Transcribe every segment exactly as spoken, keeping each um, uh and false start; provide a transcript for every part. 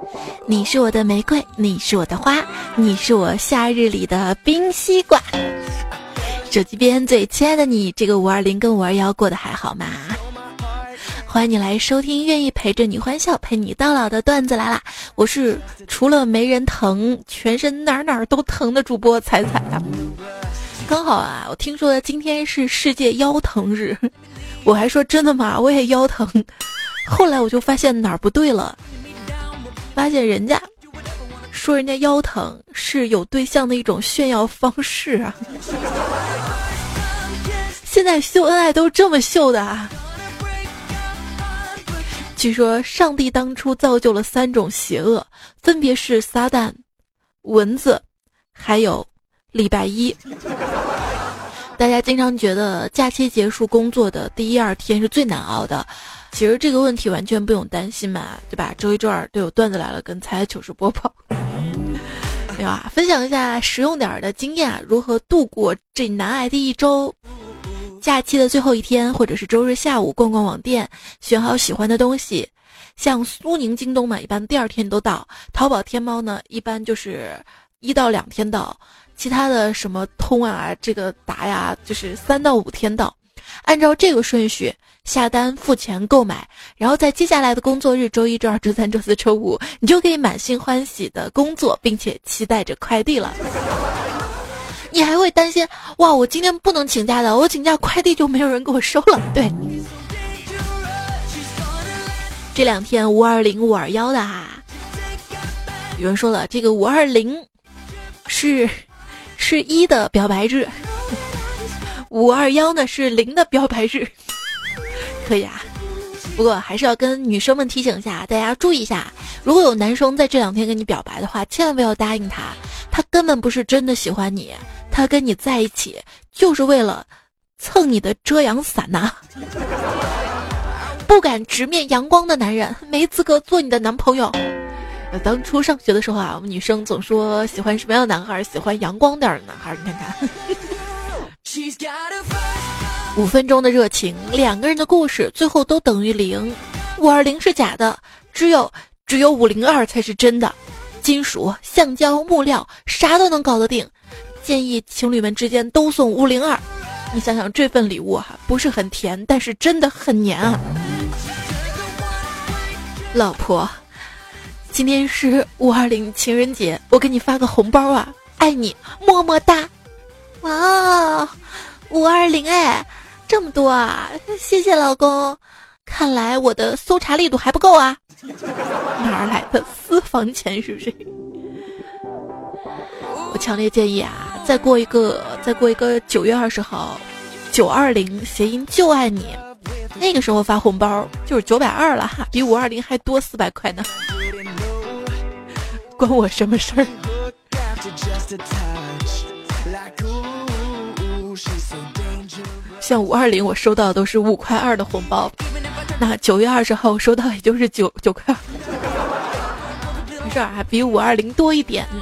你是我的玫瑰，你是我的花，你是我夏日里的冰西瓜。手机边最亲爱的你，这个五二零跟五二一过得还好吗？欢迎你来收听愿意陪着你欢笑陪你到老的段子来啦！我是除了没人疼全身哪哪都疼的主播彩彩啊。刚好啊，我听说今天是世界腰疼日，我还说真的吗？我也腰疼。后来我就发现哪儿不对了，发现人家说人家腰疼是有对象的一种炫耀方式啊。现在秀恩爱都这么秀的啊。据说上帝当初造就了三种邪恶，分别是撒旦、蚊子还有礼拜一。大家经常觉得假期结束工作的第一二天是最难熬的，其实这个问题完全不用担心嘛，对吧？周一周二都有段子来了跟彩彩糗事播报。对吧？分享一下实用点的经验啊，如何度过这难挨的一周。假期的最后一天，或者是周日下午逛逛网店，选好喜欢的东西。像苏宁、京东嘛，一般第二天都到；淘宝、天猫呢，一般就是一到两天到；其他的什么通啊、这个达呀，就是三到五天到。按照这个顺序下单、付钱、购买，然后在接下来的工作日，周一、周二、周三、周四、周五，你就可以满心欢喜的工作，并且期待着快递了。你还会担心，哇，我今天不能请假的，我请假快递就没有人给我收了。对，这两天五二零、五二一的哈，有人说了，这个五二零是是一的表白日，五二一呢是零的表白日，可以啊。不过还是要跟女生们提醒一下，大家注意一下，如果有男生在这两天跟你表白的话，千万不要答应他，他根本不是真的喜欢你，他跟你在一起就是为了蹭你的遮阳伞呐、啊。不敢直面阳光的男人没资格做你的男朋友。当初上学的时候啊，我们女生总说喜欢什么样的男孩，喜欢阳光点的男孩，你看看。五分钟的热情，两个人的故事，最后都等于零。五二零是假的，只有只有五零二才是真的。金属、橡胶、木料，啥都能搞得定。建议情侣们之间都送五零二。你想想这份礼物哈、啊，不是很甜，但是真的很黏啊。老婆，今天是五二零情人节，我给你发个红包啊，爱你，么么哒。哇，五二零哎，这么多啊！谢谢老公，看来我的搜查力度还不够啊。哪儿来的私房钱是不是？我强烈建议啊，再过一个，再过一个九月二十号，九二零谐音就爱你，那个时候发红包就是九百二了哈，比五二零还多四百块呢。关我什么事儿？像五二零我收到的都是五块二的红包，那九月二十号我收到也就是九九块二，没事啊，比五二零多一点。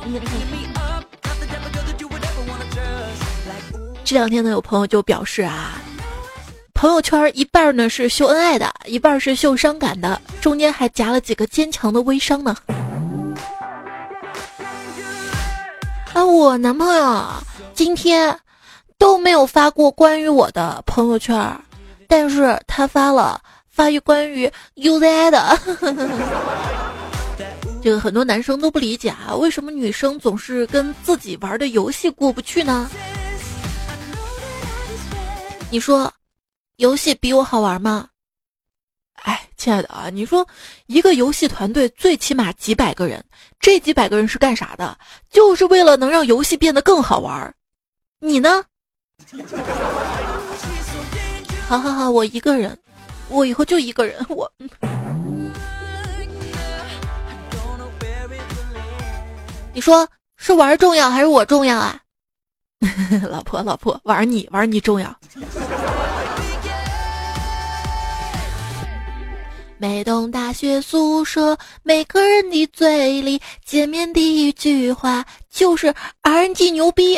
这两天呢，有朋友就表示啊，朋友圈一半呢是秀恩爱的，一半是秀伤感的，中间还夹了几个坚强的微商呢。啊，我男朋友今天都没有发过关于我的朋友圈，但是他发了发于关于 U Z I 的。这个很多男生都不理解啊，为什么女生总是跟自己玩的游戏过不去呢？你说游戏比我好玩吗？哎，亲爱的啊，你说一个游戏团队最起码几百个人，这几百个人是干啥的？就是为了能让游戏变得更好玩。你呢？好好好，我一个人，我以后就一个人。我你说是玩重要还是我重要啊？老婆老婆，玩你玩你重要。每栋大学宿舍，每个人的嘴里见面第一句话就是 R N G 牛逼。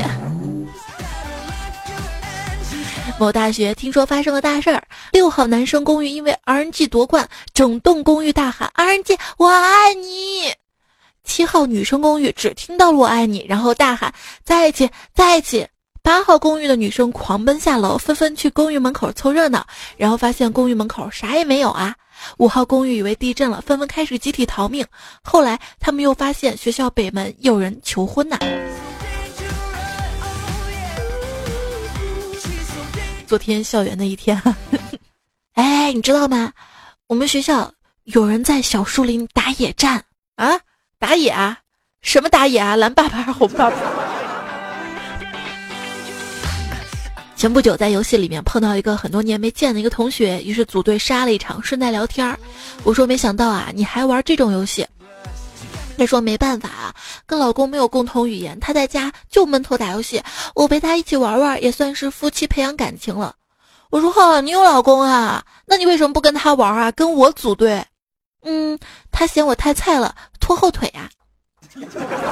某大学听说发生了大事儿，六号男生公寓因为 R N G 夺冠，整栋公寓大喊 R N G 我爱你。 七号女生公寓只听到了我爱你，然后大喊在一起在一起。八号公寓的女生狂奔下楼，纷纷去公寓门口凑热闹，然后发现公寓门口啥也没有啊。五号公寓以为地震了，纷纷开始集体逃命。后来他们又发现学校北门有人求婚呐、啊。昨天校园的一天哎，你知道吗？我们学校有人在小树林打野战啊！打野啊？什么打野啊？蓝爸爸还是红爸爸？前不久在游戏里面碰到一个很多年没见的一个同学，于是组队杀了一场，顺带聊天。我说没想到啊，你还玩这种游戏。他说没办法啊，跟老公没有共同语言，他在家就闷头打游戏，我陪他一起玩玩，也算是夫妻培养感情了。我说哈，你有老公啊？那你为什么不跟他玩啊？跟我组队？嗯，他嫌我太菜了，拖后腿呀、啊。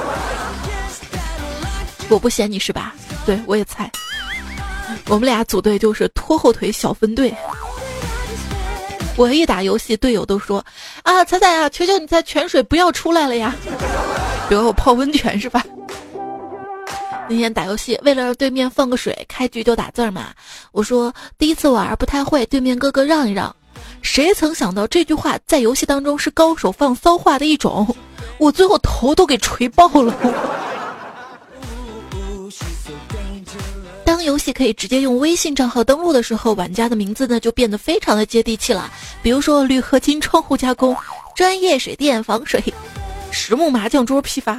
我不嫌你是吧？对，我也菜。我们俩组队就是拖后腿小分队。我一打游戏，队友都说啊，彩彩啊，求求你在泉水不要出来了呀，比如我泡温泉是吧？那天打游戏，为了让对面放个水，开局就打字嘛。我说第一次玩不太会，对面哥哥让一让。谁曾想到这句话在游戏当中是高手放骚话的一种，我最后头都给锤爆了。当游戏可以直接用微信账号登录的时候，玩家的名字呢就变得非常的接地气了。比如说铝合金窗户加工、专业水电防水、实木麻将桌批发。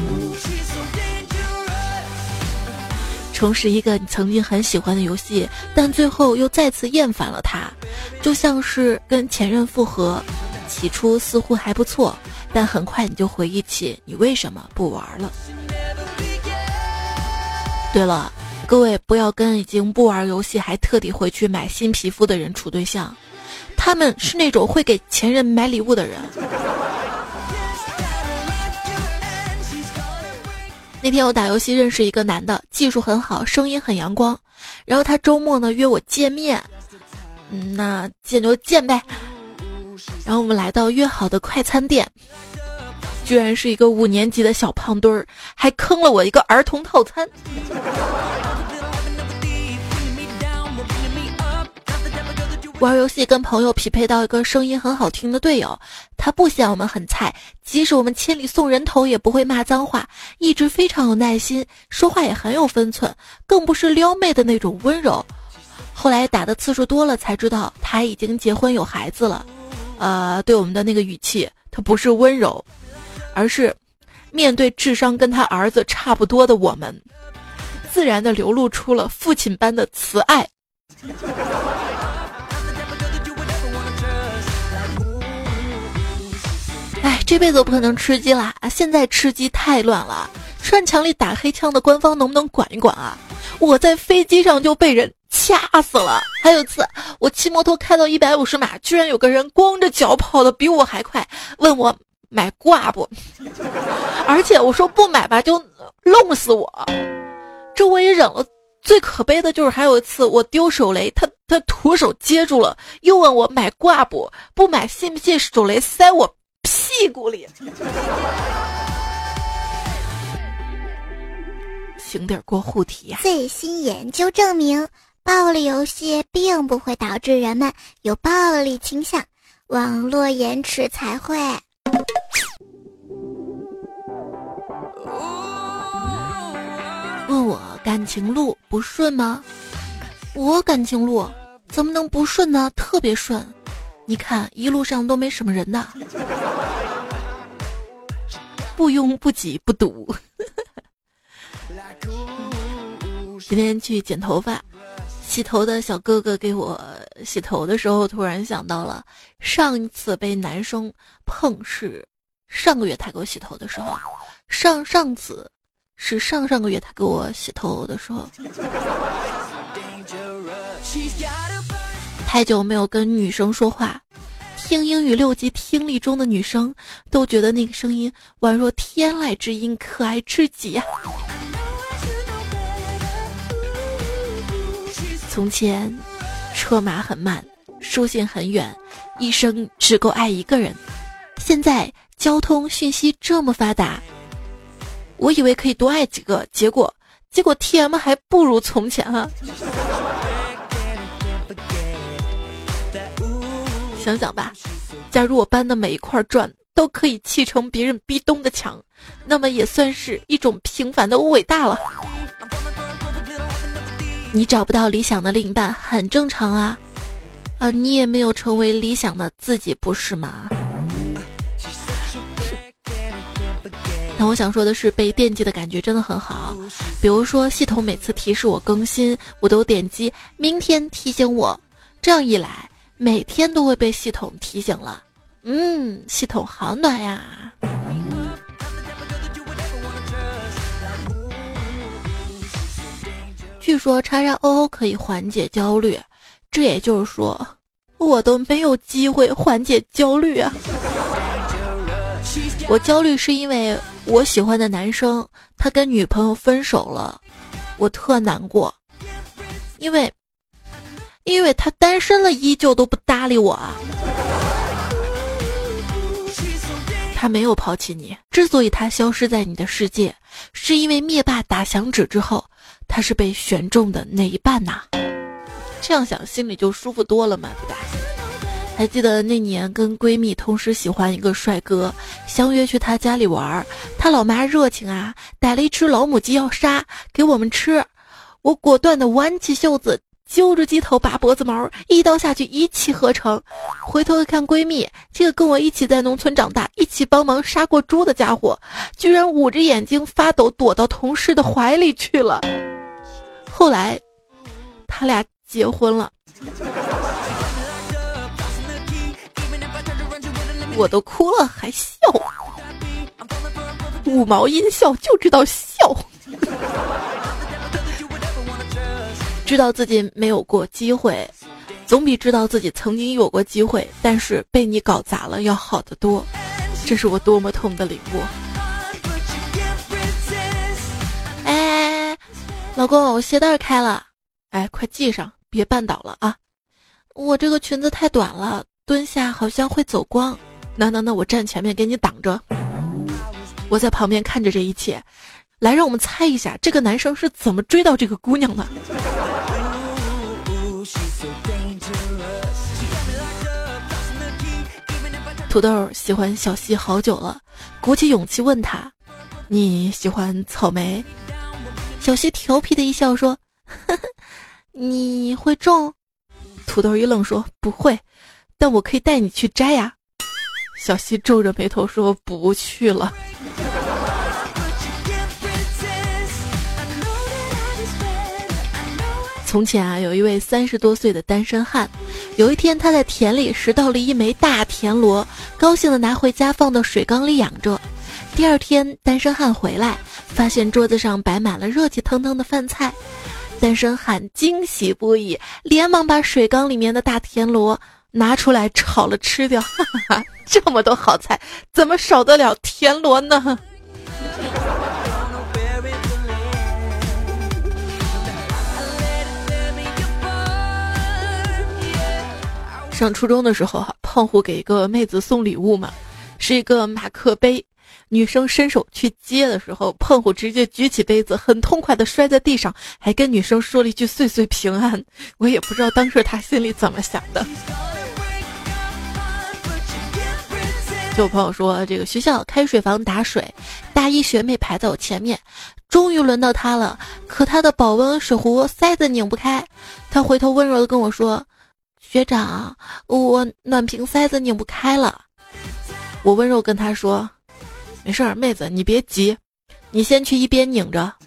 重拾一个你曾经很喜欢的游戏，但最后又再次厌烦了它，就像是跟前任复合，起初似乎还不错，但很快你就回忆起你为什么不玩了。对了，各位不要跟已经不玩游戏还特地回去买新皮肤的人处对象，他们是那种会给前任买礼物的人。那天我打游戏认识一个男的，技术很好，声音很阳光，然后他周末呢约我见面，嗯，那见就见呗。然后我们来到约好的快餐店，居然是一个五年级的小胖墩儿，还坑了我一个儿童套餐。玩游戏跟朋友匹配到一个声音很好听的队友，他不嫌我们很菜，即使我们千里送人头也不会骂脏话，一直非常有耐心，说话也很有分寸，更不是撩妹的那种温柔。后来打的次数多了才知道他已经结婚有孩子了，呃，对我们的那个语气，他不是温柔，而是面对智商跟他儿子差不多的我们，自然地流露出了父亲般的慈爱。哎，这辈子我不可能吃鸡啦！现在吃鸡太乱了，穿墙里打黑枪的官方能不能管一管啊？我在飞机上就被人掐死了。还有一次，我骑摩托开到一百五十码，居然有个人光着脚跑得比我还快，问我买挂不？而且我说不买吧，就弄死我。这我也忍了。最可悲的就是还有一次我丢手雷，他他徒手接住了，又问我买挂不？不买信不信手雷塞我屁股里？行点过护体呀、啊！ 最新研究证明，暴力游戏并不会导致人们有暴力倾向，网络延迟才会。 问我感情路不顺吗？我感情路怎么能不顺呢？特别顺，你看一路上都没什么人的，不拥不挤不堵。今天去剪头发，洗头的小哥哥给我洗头的时候，突然想到了上一次被男生碰是上个月他给我洗头的时候，上上次是上上个月他给我洗头的时候。太久没有跟女生说话，听英语六级听力中的女生都觉得那个声音宛若天籁之音，可爱至极啊。从前车马很慢，书信很远，一生只够爱一个人。现在交通讯息这么发达，我以为可以多爱几个，结果结果 T M 还不如从前啊！想想吧，假如我搬的每一块砖都可以砌成别人壁咚的墙，那么也算是一种平凡的伟大了。你找不到理想的另一半很正常啊，啊，你也没有成为理想的自己，不是吗？那我想说的是，被惦记的感觉真的很好。比如说，系统每次提示我更新，我都点击明天提醒我，这样一来，每天都会被系统提醒了。嗯，系统好暖呀。据说叉叉 O O 可以缓解焦虑，这也就是说，我都没有机会缓解焦虑啊。我焦虑是因为我喜欢的男生他跟女朋友分手了，我特难过，因为因为他单身了依旧都不搭理我啊。他没有抛弃你，之所以他消失在你的世界，是因为灭霸打响指之后，他是被选中的那一半呐、啊。这样想心里就舒服多了嘛，对吧？还记得那年跟闺蜜同时喜欢一个帅哥，相约去他家里玩，他老妈热情啊，逮了一只老母鸡要杀给我们吃，我果断的挽起袖子，揪着鸡头拔脖子毛，一刀下去一气呵成。回头一看闺蜜，这个跟我一起在农村长大，一起帮忙杀过猪的家伙，居然捂着眼睛发抖躲到同事的怀里去了。后来他俩结婚了，我都哭了还笑，五毛音效就知道笑。知道自己没有过机会，总比知道自己曾经有过机会但是被你搞砸了要好得多，这是我多么痛的领悟。哎，老公，我鞋带开了，哎，快系上，别绊倒了啊！我这个裙子太短了，蹲下好像会走光。那那那我站前面给你挡着。我在旁边看着这一切，来让我们猜一下这个男生是怎么追到这个姑娘的。土豆喜欢小西好久了，鼓起勇气问他，你喜欢草莓？小西调皮的一笑说，呵呵，你会种？土豆一愣说，不会，但我可以带你去摘呀。小西皱着眉头说，不去了。从前啊，有一位三十多岁的单身汉，有一天他在田里拾到了一枚大田螺，高兴地拿回家放到水缸里养着。第二天单身汉回来，发现桌子上摆满了热气腾腾的饭菜，单身汉惊喜不已，连忙把水缸里面的大田螺拿出来炒了吃掉。哈哈，这么多好菜怎么少得了田螺呢？上初中的时候，胖虎给一个妹子送礼物嘛，是一个马克杯。女生伸手去接的时候，胖虎直接举起杯子，很痛快地摔在地上，还跟女生说了一句岁岁平安。我也不知道当时他心里怎么想的。就我朋友说，这个学校开水房打水，大一学妹排在我前面，终于轮到她了，可她的保温水壶塞子拧不开，她回头温柔地跟我说，学长，我暖瓶塞子拧不开了。我温柔跟他说，没事儿，妹子你别急，你先去一边拧着。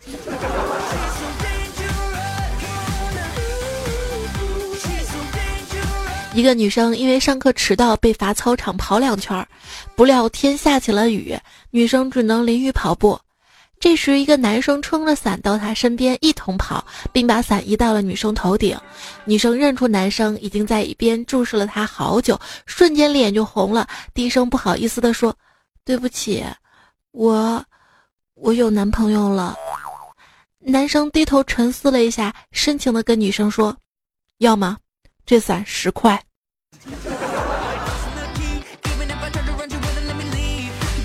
一个女生因为上课迟到被罚操场跑两圈，不料天下起了雨，女生只能淋雨跑步。这时一个男生撑着伞到她身边一同跑，并把伞移到了女生头顶。女生认出男生已经在一边注视了她好久，瞬间脸就红了，低声不好意思地说，对不起，我我有男朋友了。男生低头沉思了一下，深情地跟女生说，要吗？这伞十块。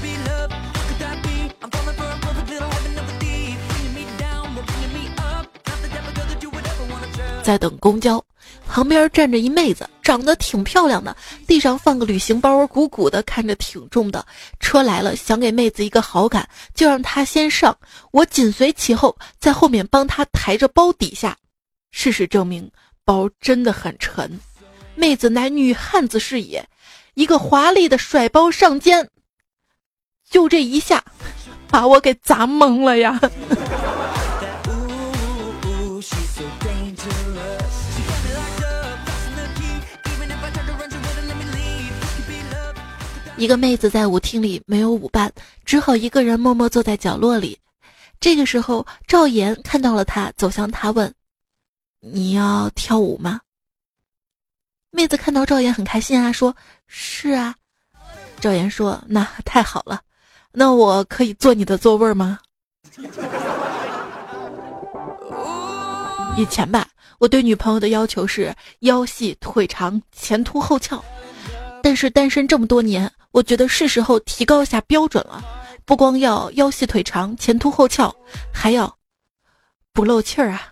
在等公交，旁边站着一妹子，长得挺漂亮的，地上放个旅行包，鼓鼓的，看着挺重的。车来了，想给妹子一个好感，就让她先上，我紧随其后，在后面帮她抬着包底下。事实证明，包真的很沉，妹子乃女汉子是也，一个华丽的甩包上肩，就这一下把我给砸懵了呀。一个妹子在舞厅里没有舞伴，只好一个人默默坐在角落里。这个时候赵岩看到了她，走向她问，你要跳舞吗？妹子看到赵岩很开心啊，说是啊。赵岩说，那太好了，那我可以坐你的座位吗？以前吧，我对女朋友的要求是腰细腿长前凸后翘，但是单身这么多年，我觉得是时候提高一下标准了，不光要腰细腿长前凸后翘，还要不漏气儿啊。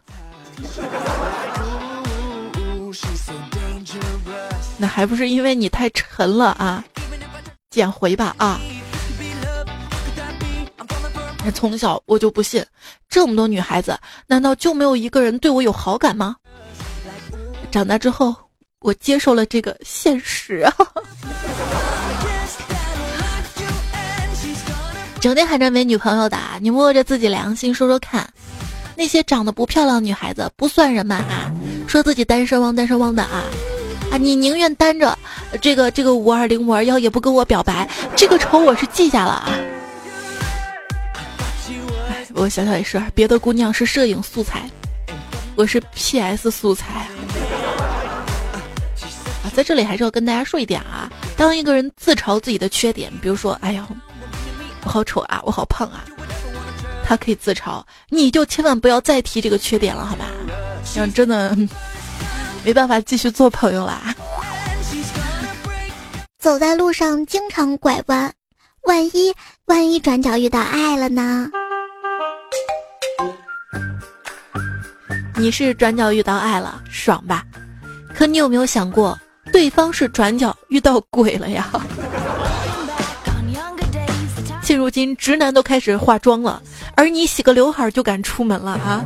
那还不是因为你太沉了啊，减回吧啊。从小我就不信，这么多女孩子，难道就没有一个人对我有好感吗？长大之后，我接受了这个现实啊。整天喊着没女朋友的，你摸着自己良心说说看，那些长得不漂亮的女孩子不算人吗？啊，说自己单身汪单身汪的啊啊！你宁愿单着这个这个五二零五二幺也不跟我表白，这个仇我是记下了啊。我想想也是，别的姑娘是摄影素材，我是 P S 素材啊。在这里还是要跟大家说一点啊，当一个人自嘲自己的缺点，比如说哎呀我好丑啊，我好胖啊，他可以自嘲，你就千万不要再提这个缺点了好吧，这样真的没办法继续做朋友啦。 走在路上经常拐弯，万一万一转角遇到爱了呢？ 你是转角遇到爱了，爽吧？可你有没有想过，对方是转角遇到鬼了呀？现如今直男都开始化妆了，而你洗个刘海就敢出门了啊！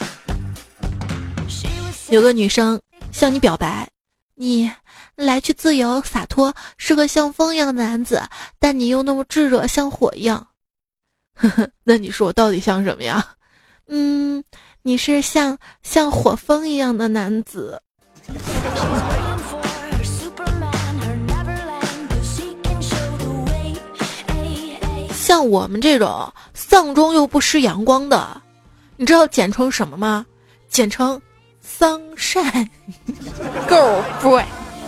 有个女生向你表白，你来去自由洒脱，是个像风一样的男子，但你又那么炙热，像火一样。呵呵，那你说我到底像什么呀？嗯，你是像像火风一样的男子。像我们这种丧钟又不失阳光的，你知道简称什么吗？简称sunshine girl boy。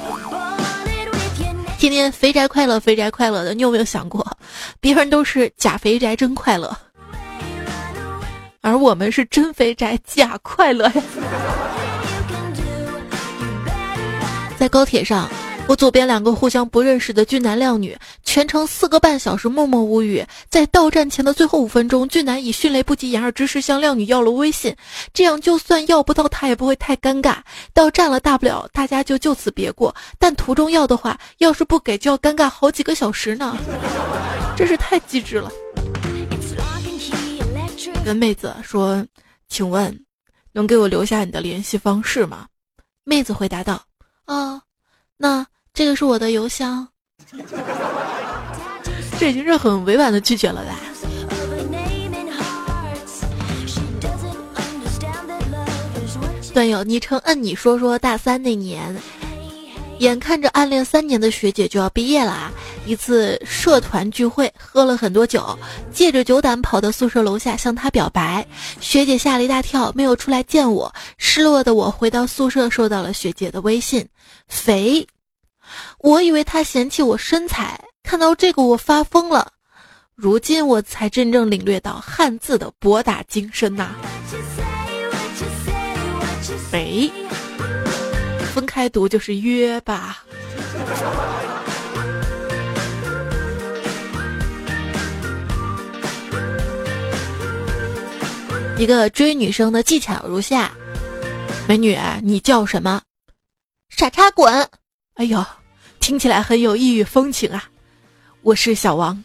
天天肥宅快乐肥宅快乐的，你有没有想过，别人都是假肥宅真快乐，而我们是真肥宅假快乐呀。在高铁上，我左边两个互相不认识的俊男靓女，全程四个半小时默默无语。在到站前的最后五分钟，俊男以迅雷不及掩耳之势向靓女要了微信，这样就算要不到他也不会太尴尬。到站了，大不了大家就就此别过，但途中要的话，要是不给就要尴尬好几个小时呢，真是太机智了。跟妹子说，请问能给我留下你的联系方式吗？妹子回答道，哦，那这个是我的邮箱。这已经是很委婉的拒绝了吧。段友昵称摁你说说，大三那年，眼看着暗恋三年的学姐就要毕业了啊！一次社团聚会，喝了很多酒，借着酒胆跑到宿舍楼下向她表白。学姐吓了一大跳，没有出来见我。失落的我回到宿舍，收到了学姐的微信，肥。我以为她嫌弃我身材，看到这个我发疯了。如今我才真正领略到汉字的博大精深呐、啊。肥。分开读就是约吧。一个追女生的技巧如下： 美女，你叫什么？ 傻叉滚！ 哎呦，听起来很有异域风情啊！我是小王。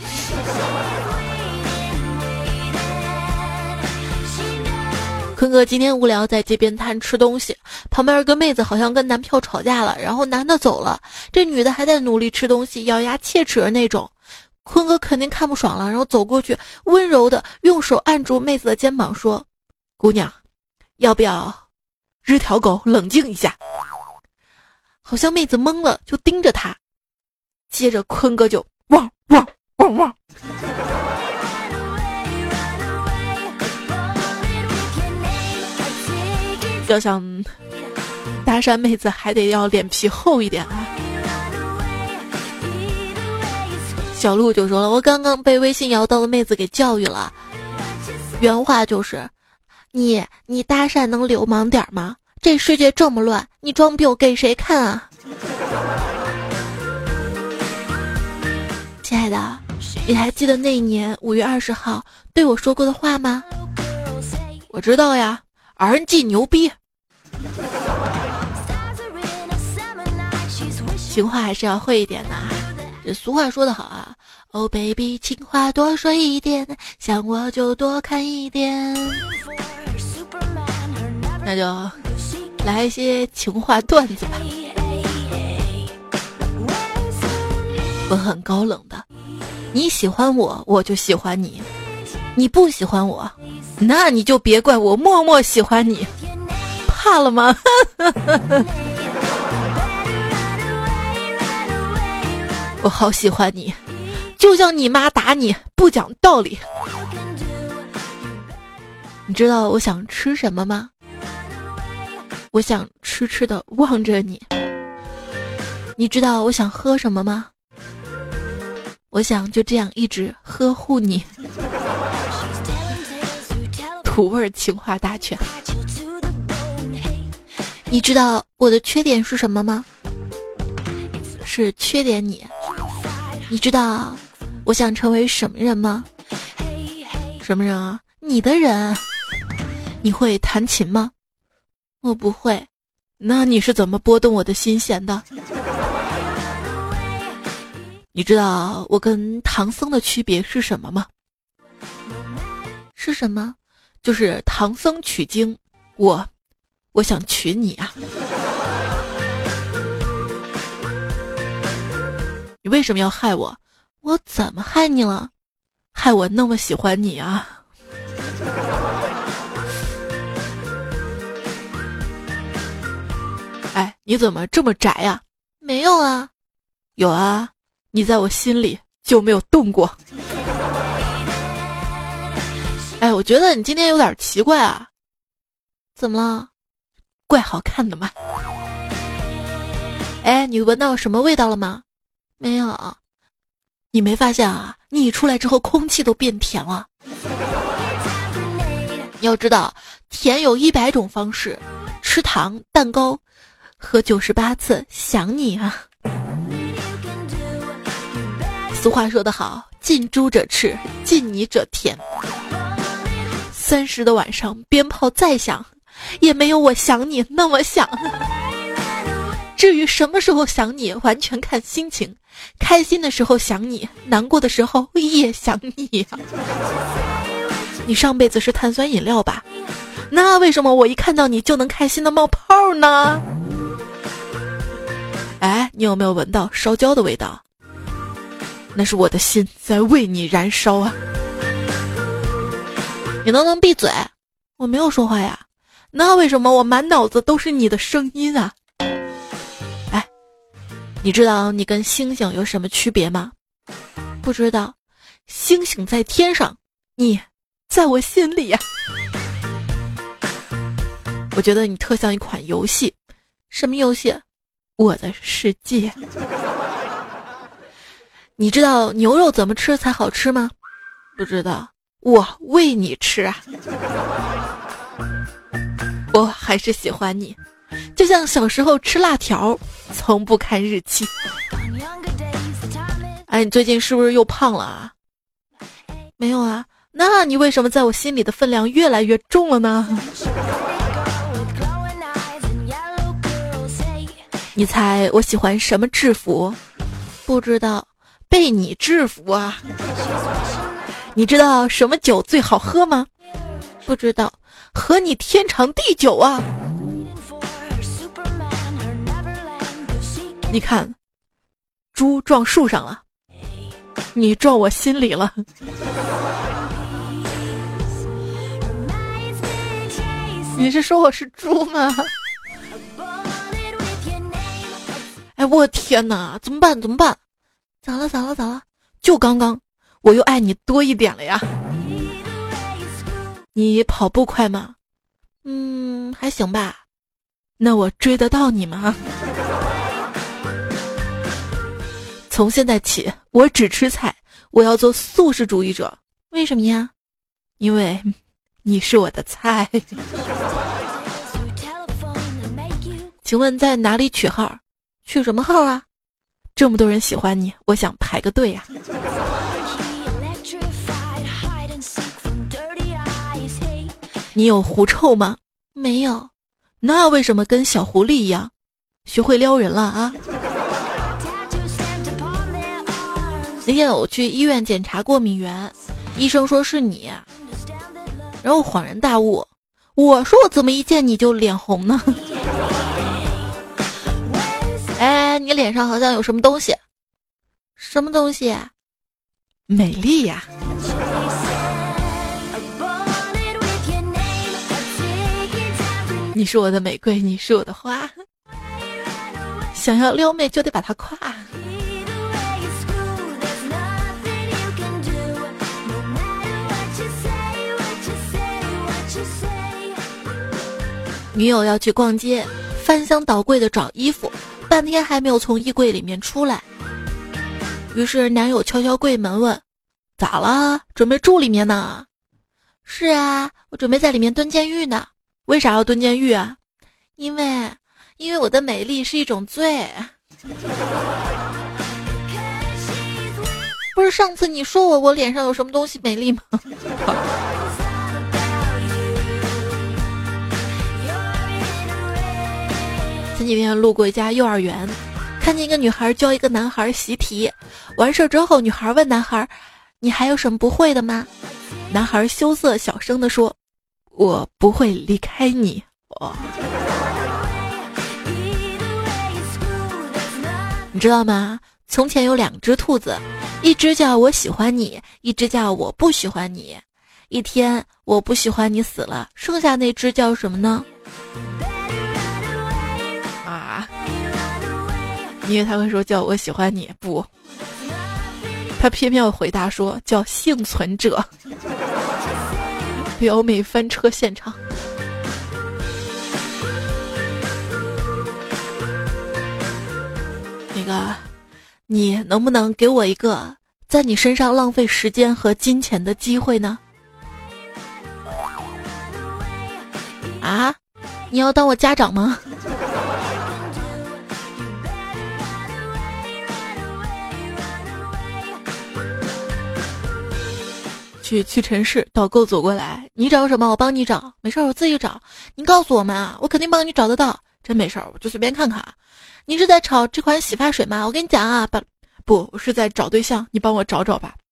坤哥今天无聊在街边摊吃东西，旁边有个妹子好像跟男票吵架了，然后男的走了，这女的还在努力吃东西，咬牙切齿的那种。坤哥肯定看不爽了，然后走过去温柔的用手按住妹子的肩膀说，姑娘，要不要日条狗冷静一下？好像妹子懵了，就盯着他，接着坤哥就汪汪汪汪。要想搭讪妹子还得要脸皮厚一点啊。小鹿就说了，我刚刚被微信摇到的妹子给教育了，原话就是你你搭讪能流氓点吗？这世界这么乱，你装逼我给谁看啊？亲爱的，你还记得那一年五月二十号对我说过的话吗？我知道呀，R N G 牛逼。情话还是要会一点的。这俗话说得好啊， Oh baby 情话多说一点，想我就多看一点。那就来一些情话段子吧。我很高冷的，你喜欢我我就喜欢你，你不喜欢我那你就别怪我默默喜欢你，怕了吗？我好喜欢你，就像你妈打你不讲道理。你知道我想吃什么吗？我想痴痴地望着你。你知道我想喝什么吗？我想就这样一直呵护你。土味情话大全。你知道我的缺点是什么吗？是缺点你。你知道我想成为什么人吗？什么人啊？你的人。你会弹琴吗？我不会。那你是怎么拨动我的心弦的？你知道我跟唐僧的区别是什么吗？是什么？就是唐僧取经，我我想娶你啊。你为什么要害我？我怎么害你了？害我那么喜欢你啊。哎，你怎么这么宅呀？没有啊。有啊，你在我心里就没有动过。哎，我觉得你今天有点奇怪啊。怎么了？怪好看的嘛。哎，你闻到什么味道了吗？没有。你没发现啊，你一出来之后空气都变甜了。你要知道甜有一百种方式，吃糖蛋糕喝九十八次想你啊。俗话说得好，近朱者赤，近你者甜。三十的晚上鞭炮再响，也没有我想你那么响。至于什么时候想你，完全看心情，开心的时候想你，难过的时候也想你啊。你上辈子是碳酸饮料吧？那为什么我一看到你就能开心的冒泡呢？哎，你有没有闻到烧焦的味道？那是我的心在为你燃烧啊。你能不能闭嘴？我没有说话呀。那为什么我满脑子都是你的声音啊？哎，你知道你跟星星有什么区别吗？不知道。星星在天上，你在我心里呀。我觉得你特像一款游戏。什么游戏？我的世界。你知道牛肉怎么吃才好吃吗？不知道。我喂你吃啊。我还是喜欢你，就像小时候吃辣条，从不看日期。哎，你最近是不是又胖了啊？没有啊。那你为什么在我心里的分量越来越重了呢？ 你猜我喜欢什么制服？不知道，被你制服啊。你知道什么酒最好喝吗？不知道，和你天长地久啊。你看，猪撞树上了，你撞我心里了。你是说我是猪吗？哎，我天哪，怎么办怎么办？咋了咋了咋了？就刚刚我又爱你多一点了呀。你跑步快吗？嗯，还行吧。那我追得到你吗？从现在起我只吃菜，我要做素食主义者。为什么呀？因为你是我的菜。请问在哪里取号？取什么号啊？这么多人喜欢你，我想排个队啊。你有狐臭吗？没有。那为什么跟小狐狸一样，学会撩人了啊？那天我去医院检查过敏源，医生说是你，然后恍然大悟，我说我怎么一见你就脸红呢？哎，你脸上好像有什么东西。什么东西？美丽呀。你是我的玫瑰，你是我的花，想要撩妹就得把它夸。女友要去逛街，翻箱倒柜的找衣服，半天还没有从衣柜里面出来。于是男友敲敲柜门问：咋了？准备住里面呢？是啊，我准备在里面蹲监狱呢。为啥要蹲监狱啊？因为因为我的美丽是一种罪。不是上次你说我我脸上有什么东西美丽吗？前几天路过一家幼儿园，看见一个女孩教一个男孩习题，完事之后女孩问男孩：你还有什么不会的吗？男孩羞涩小声地说：我不会离开你。哦，你知道吗？从前有两只兔子，一只叫我喜欢你，一只叫我不喜欢你。一天我不喜欢你死了，剩下那只叫什么呢？啊，因为他会说叫我喜欢你，不，他偏偏要回答说叫幸存者。撩妹翻车现场。那个，你能不能给我一个在你身上浪费时间和金钱的机会呢？啊，你要当我家长吗？去屈臣氏，导购走过来，你找什么？我帮你找。没事，我自己找。你告诉我们啊，我肯定帮你找得到。真没事，我就随便看看。你是在炒这款洗发水吗？我跟你讲啊，不不，我是在找对象，你帮我找找吧。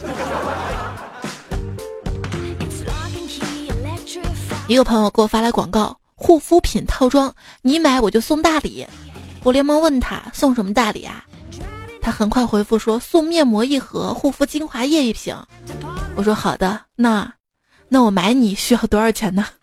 一个朋友给我发来广告，护肤品套装，你买我就送大礼。我连忙问他送什么大礼啊？他很快回复说送面膜一盒，护肤精华液一瓶。我说好的，那那我买你需要多少钱呢？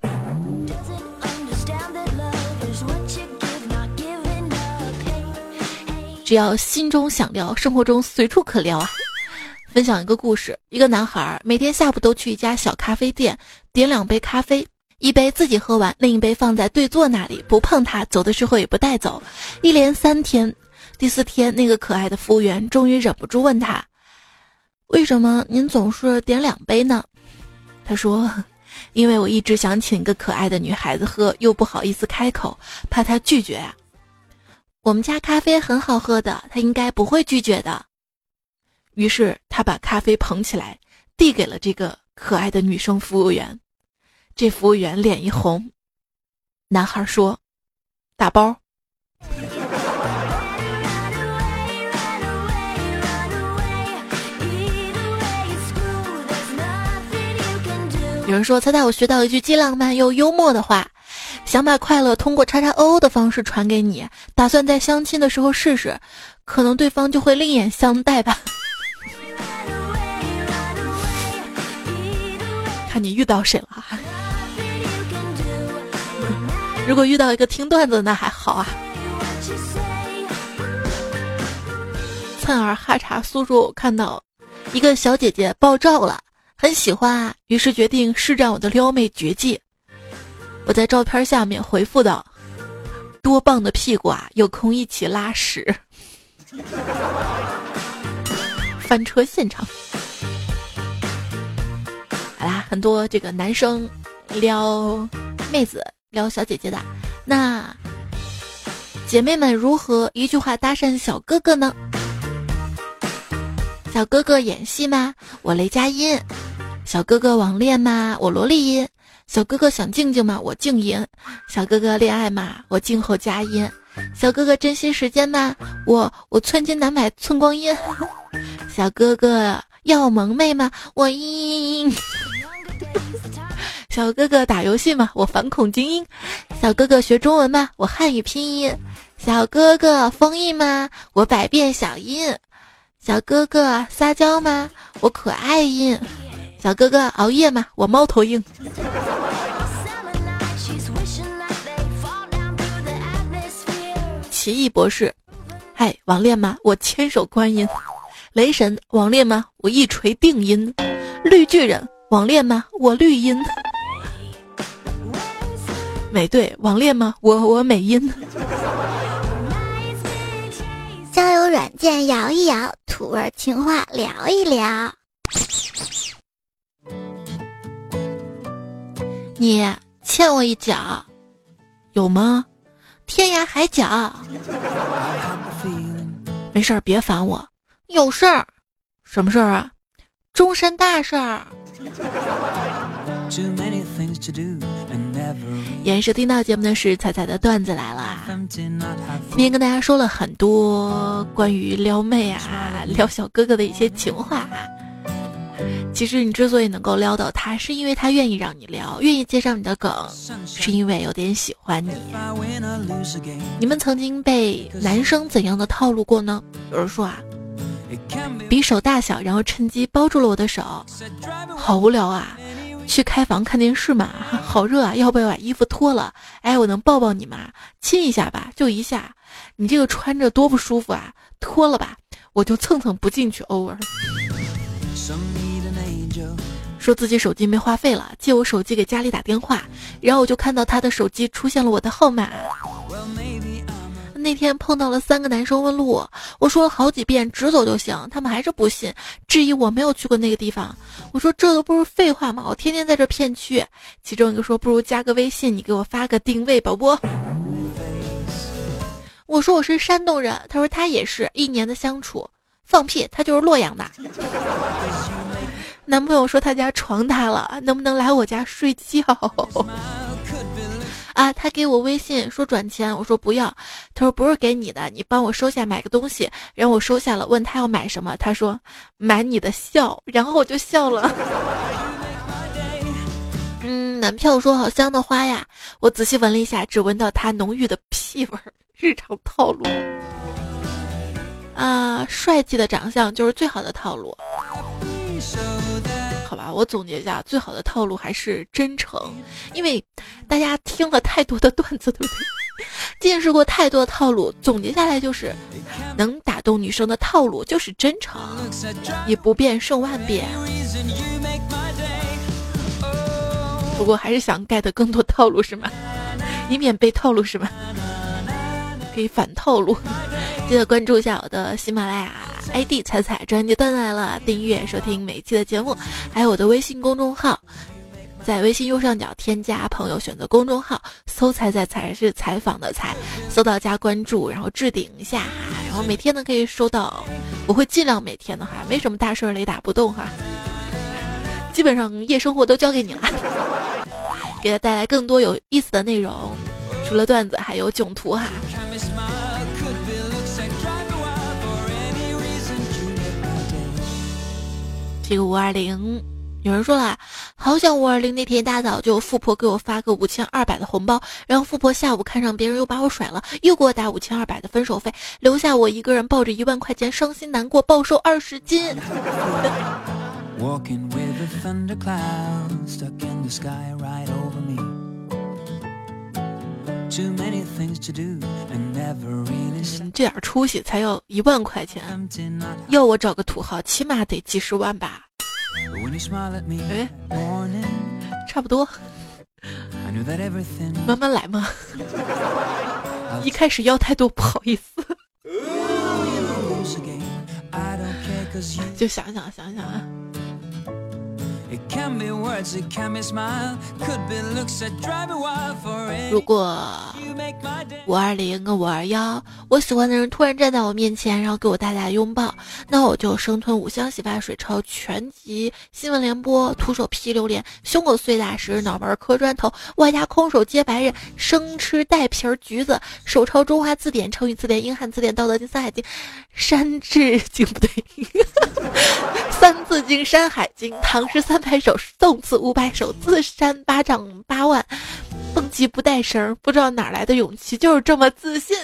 只要心中想撩，生活中随处可撩啊。分享一个故事，一个男孩每天下午都去一家小咖啡店，点两杯咖啡，一杯自己喝完，另一杯放在对座那里，不碰它，走的时候也不带走，一连三天。第四天，那个可爱的服务员终于忍不住问他，为什么您总是点两杯呢？他说，因为我一直想请一个可爱的女孩子喝，又不好意思开口，怕她拒绝啊。我们家咖啡很好喝的，她应该不会拒绝的。于是他把咖啡捧起来，递给了这个可爱的女生服务员。这服务员脸一红。男孩说，打包。 有人说猜猜我学到一句既浪漫又幽默的话，想把快乐通过叉叉 O 的方式传给你，打算在相亲的时候试试，可能对方就会另眼相待吧。看你遇到谁了。如果遇到一个听段子那还好啊。灿儿哈查叔叔看到一个小姐姐爆照了，很喜欢啊，于是决定施展我的撩妹绝技。我在照片下面回复道：多棒的屁股啊，有空一起拉屎。翻车现场。好啦，很多这个男生撩妹子撩小姐姐的，那姐妹们如何一句话搭讪小哥哥呢？小哥哥演戏吗？我雷佳音。小哥哥网恋吗？我萝莉音。小哥哥想静静吗？我静音。小哥哥恋爱吗？我静候佳音。小哥哥珍惜时间吗？我我寸金难买寸光阴。小哥哥要萌妹吗？我阴。小哥哥打游戏吗？我反恐精英。小哥哥学中文吗？我汉语拼音。小哥哥封印吗？我百变小樱。小哥哥撒娇吗？我可爱音。小哥哥熬夜吗？我猫头鹰。奇异博士，嗨，网恋吗？我千手观音。雷神，网恋吗？我一锤定音。绿巨人，网恋吗？我绿音。美队，网恋吗？我我美音。 交友软件摇一摇，土味情话聊一聊。 你欠我一脚，有吗？天涯海角。没事儿，别烦我。有事儿。什么事儿啊？终身大事儿。也是听到节目的是彩彩的段子来了。今天跟大家说了很多关于撩妹啊、撩小哥哥的一些情话啊。其实你之所以能够撩到他，是因为他愿意让你撩，愿意接上你的梗，是因为有点喜欢你。你们曾经被男生怎样的套路过呢？有人说啊，比手大小，然后趁机包住了我的手，好无聊啊！去开房看电视嘛，好热啊，要不要把衣服脱了？哎，我能抱抱你吗？亲一下吧，就一下。你这个穿着多不舒服啊，脱了吧，我就蹭蹭不进去。偶尔说自己手机没话费了，借我手机给家里打电话，然后我就看到他的手机出现了我的号码。那天碰到了三个男生问路，我说了好几遍直走就行，他们还是不信，质疑我没有去过那个地方。我说这都不是废话吗？我天天在这骗去。其中一个说不如加个微信，你给我发个定位宝宝。我说我是山东人，他说他也是，一年的相处，放屁，他就是洛阳的。男朋友说他家床塌了，能不能来我家睡觉？啊，他给我微信说转钱，我说不要，他说不是给你的，你帮我收下买个东西，然后我收下了，问他要买什么，他说买你的笑，然后我就笑了。嗯，男票说好香的花呀，我仔细闻了一下，只闻到他浓郁的屁味儿，日常套路。啊，帅气的长相就是最好的套路。好吧，我总结一下，最好的套路还是真诚，因为大家听了太多的段子，对不对？见识过太多的套路，总结下来就是能打动女生的套路就是真诚，也不变胜万变。不过还是想 get 更多套路是吗？以免被套路是吗？可以反套路。记得关注一下我的喜马拉雅 I D 彩彩专辑段来了，订阅收听每期的节目，还有我的微信公众号，在微信右上角添加朋友，选择公众号，搜彩彩才是采访的采，搜到加关注，然后置顶一下，然后每天呢可以收到，我会尽量每天的哈，没什么大事雷打不动哈，基本上夜生活都交给你了，给他带来更多有意思的内容，除了段子还有囧图哈。这个五二零有人说了， 好想五二零那天一大早就富婆给我发个五千二百的红包，然后富婆下午看上别人又把我甩了，又给我打五千二百的分手费，留下我一个人抱着一万块钱伤心难过，暴瘦二十斤。 Walking with a thundercloud stuck in the sky right over me. Too many things to do and never really stop. 这点出息才要一万块钱，要我找个土豪起码得几十万吧。哎，差不多，慢慢来嘛。一开始要太多不好意思。就想想想想啊。如果五二零跟五二幺，我喜欢的人突然站在我面前，然后给我大大拥抱，那我就生吞五香洗发水抄全集新闻联播，徒手劈榴莲，胸口碎大石，脑门磕砖头，外加空手接白刃，生吃带皮儿橘子，手抄中华字典、成语字典、英汉字典、道德经、山海经、山治经不对，三字经、山海经，唐诗三百首，宋词五百首，自扇巴掌八万，蹦极不带绳，不知道哪来的勇气，就是这么自信。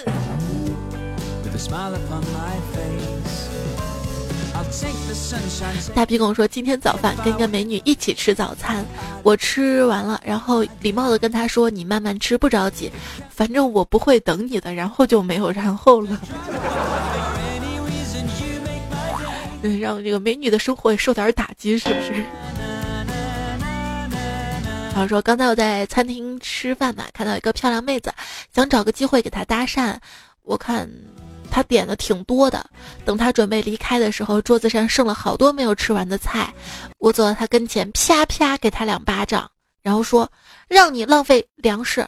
大逼跟我说，今天早饭跟一个美女一起吃早餐，我吃完了，然后礼貌的跟她说，你慢慢吃，不着急，反正我不会等你的，然后就没有然后了。嗯，让这个美女的生活也受点打击，是不是？他说刚才我在餐厅吃饭嘛，看到一个漂亮妹子，想找个机会给她搭讪，我看她点的挺多的，等她准备离开的时候，桌子上剩了好多没有吃完的菜，我走到她跟前，啪啪给她两巴掌，然后说让你浪费粮食。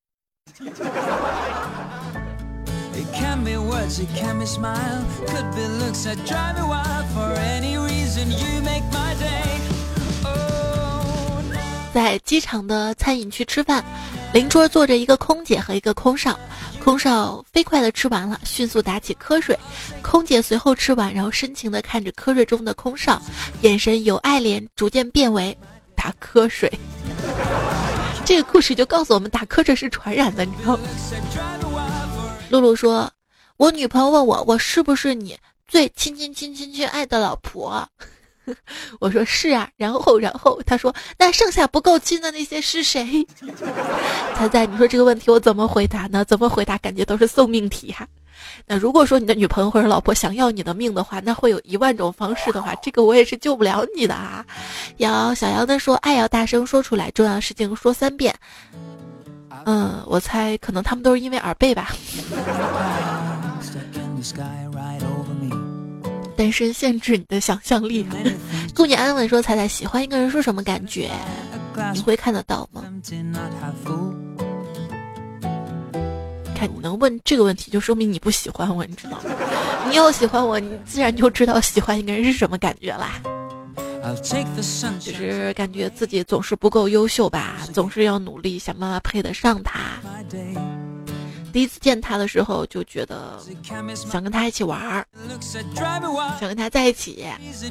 在机场的餐饮区吃饭，邻桌坐着一个空姐和一个空少，空少飞快地吃完了，迅速打起瞌睡，空姐随后吃完，然后深情地看着瞌睡中的空少，眼神由爱怜逐渐变为打瞌睡。这个故事就告诉我们，打瞌睡是传染的，你知道吗？露露说，我女朋友问我，我是不是你最亲亲亲亲亲爱的老婆？我说是啊，然后然后他说，那剩下不够亲的那些是谁？猜猜你说这个问题我怎么回答呢？怎么回答感觉都是送命题哈、啊。那如果说你的女朋友或者老婆想要你的命的话，那会有一万种方式的话，这个我也是救不了你的啊。要小杨的说，爱要大声说出来，重要的事情说三遍。嗯，我猜可能他们都是因为耳背吧。单身限制你的想象力。姑娘安稳说，彩彩喜欢一个人是什么感觉？你会看得到吗？看你能问这个问题，就说明你不喜欢我，你知道吗？你要喜欢我，你自然就知道喜欢一个人是什么感觉啦。就是感觉自己总是不够优秀吧，总是要努力想办法配得上他。第一次见他的时候就觉得想跟他一起玩，想跟他在一起，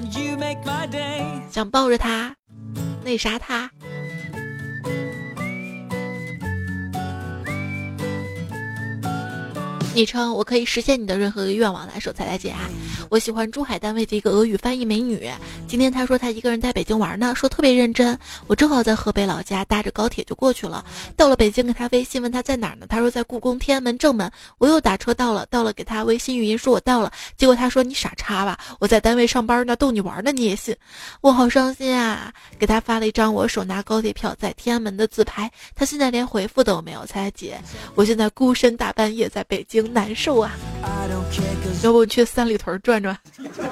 想抱着他那啥他。昵称我可以实现你的任何一个愿望。来说彩彩姐啊，我喜欢珠海单位的一个俄语翻译美女，今天她说她一个人在北京玩呢，说特别认真，我正好在河北老家，搭着高铁就过去了。到了北京给她微信问她在哪儿呢，她说在故宫天安门正门，我又打车到了，到了给她微信语音说我到了，结果她说你傻叉吧，我在单位上班呢，逗你玩呢你也信，我好伤心啊。给她发了一张我手拿高铁票在天安门的自拍，她现在连回复都没有。彩彩姐，我现在孤身大半夜在北京难受啊，要不去三里屯转转。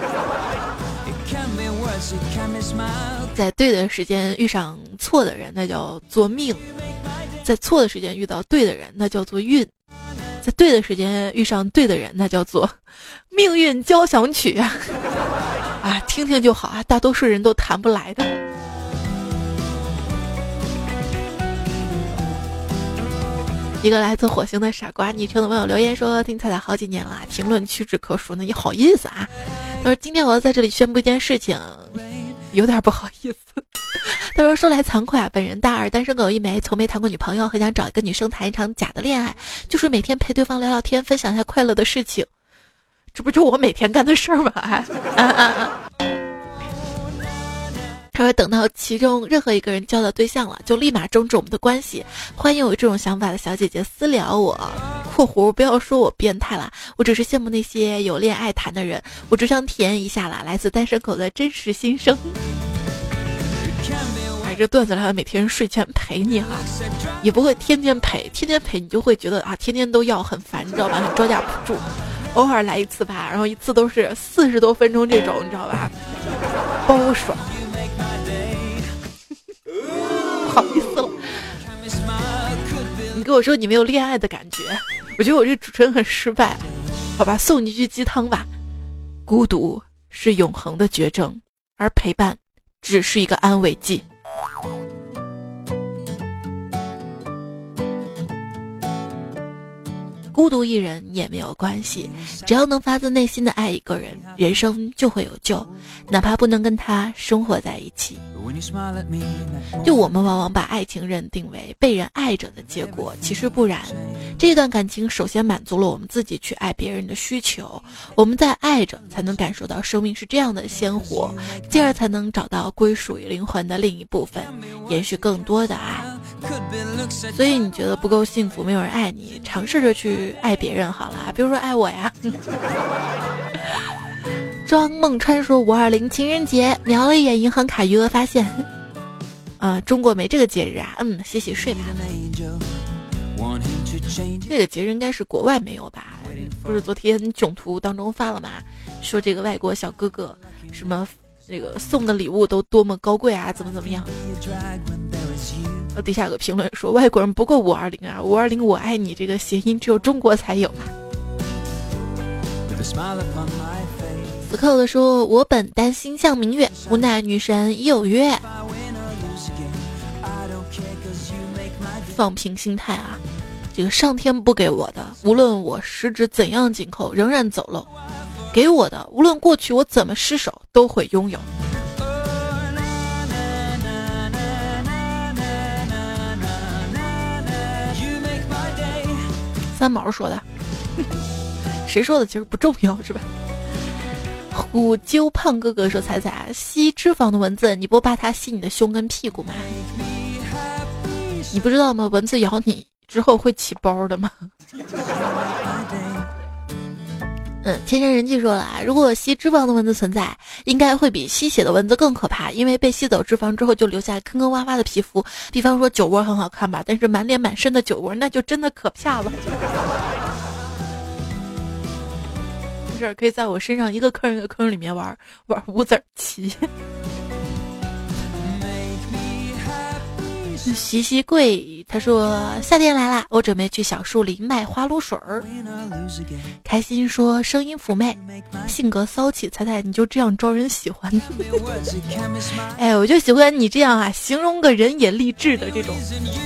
在对的时间遇上错的人，那叫做命；在错的时间遇到对的人，那叫做运；在对的时间遇上对的人，那叫做命运交响曲啊！啊，听听就好啊，大多数人都谈不来的。一个来自火星的傻瓜昵称的网友留言说，听彩彩好几年了，评论屈指可数呢，也好意思啊。他说今天我要在这里宣布一件事情，有点不好意思。他他说说来惭愧啊，本人大二单身狗一枚，从没谈过女朋友，很想找一个女生谈一场假的恋爱，就是每天陪对方聊聊天，分享一下快乐的事情。这不就我每天干的事儿吗？还啊啊啊！他说等到其中任何一个人交到对象了，就立马终止我们的关系。欢迎有这种想法的小姐姐私聊我。括弧不要说我变态啦，我只是羡慕那些有恋爱谈的人，我只想体验一下啦，来自单身狗的真实心声。哎，这段子来了，每天睡前陪你哈，也不会天天陪，天天陪你就会觉得啊，天天都要很烦，你知道吧？很招架不住。偶尔来一次吧，然后一次都是四十多分钟这种，你知道吧？包爽。不好意思了，你跟我说你没有恋爱的感觉，我觉得我这主持人很失败。好吧，送你一句鸡汤吧：孤独是永恒的绝症，而陪伴只是一个安慰剂。孤独一人也没有关系，只要能发自内心的爱一个人，人生就会有救，哪怕不能跟他生活在一起。就我们往往把爱情认定为被人爱着的结果，其实不然。这段感情首先满足了我们自己去爱别人的需求，我们在爱着才能感受到生命是这样的鲜活，进而才能找到归属于灵魂的另一部分，延续更多的爱。所以你觉得不够幸福，没有人爱你，尝试着去爱别人好了，比如说爱我呀。庄梦川说五二零情人节，瞄了一眼银行卡余额，发现啊，中国没这个节日啊。嗯，洗洗睡吧。这个节日应该是国外没有吧？不是昨天囧图当中发了吗？说这个外国小哥哥什么这个送的礼物都多么高贵啊，怎么怎么样。底下有个评论说外国人不够五二零啊，五二零我爱你这个谐音只有中国才有啊。此刻的说我本担心向明月，无奈女神已有约。放平心态啊，这个上天不给我的，无论我十指怎样紧扣仍然走漏，给我的无论过去我怎么失手都会拥有。三毛说的，谁说的其实不重要是吧？虎揪胖哥哥说彩彩吸脂肪的蚊子，你不怕它吸你的胸跟屁股吗？你不知道吗？蚊子咬你之后会起包的吗？嗯，天山人气说了啊，如果吸脂肪的蚊子存在，应该会比吸血的蚊子更可怕，因为被吸走脂肪之后就留下坑坑洼洼的皮肤。比方说酒窝很好看吧，但是满脸满身的酒窝，那就真的可怕了。没事，可以在我身上一个坑一个坑里面玩玩五子棋。习习贵他说夏天来啦，我准备去小树林卖花露水儿。开心说声音妩媚，性格骚气，彩彩你就这样招人喜欢。哎，我就喜欢你这样啊，形容个人也励志的这种。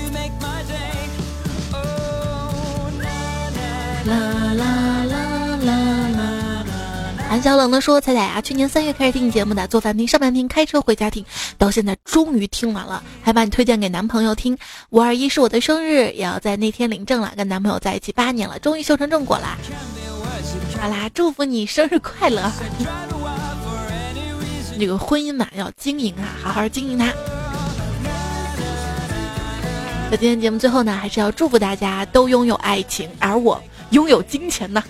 啦啦啦啦啦。韩小冷的说彩彩啊，去年三月开始听你节目的，做饭听、上班听、开车回家听，到现在终于听完了，还把你推荐给男朋友听。五二一是我的生日，也要在那天领证了，跟男朋友在一起八年了，终于修成正果啦。好啦，祝福你生日快乐。这个婚姻嘛要经营啊，好好经营它。在今天节目最后呢，还是要祝福大家都拥有爱情，而我拥有金钱呢。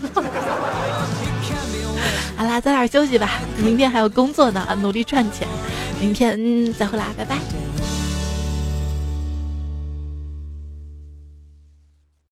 好啦，早点休息吧，明天还有工作呢，努力赚钱，明天、嗯、再会啦，拜拜。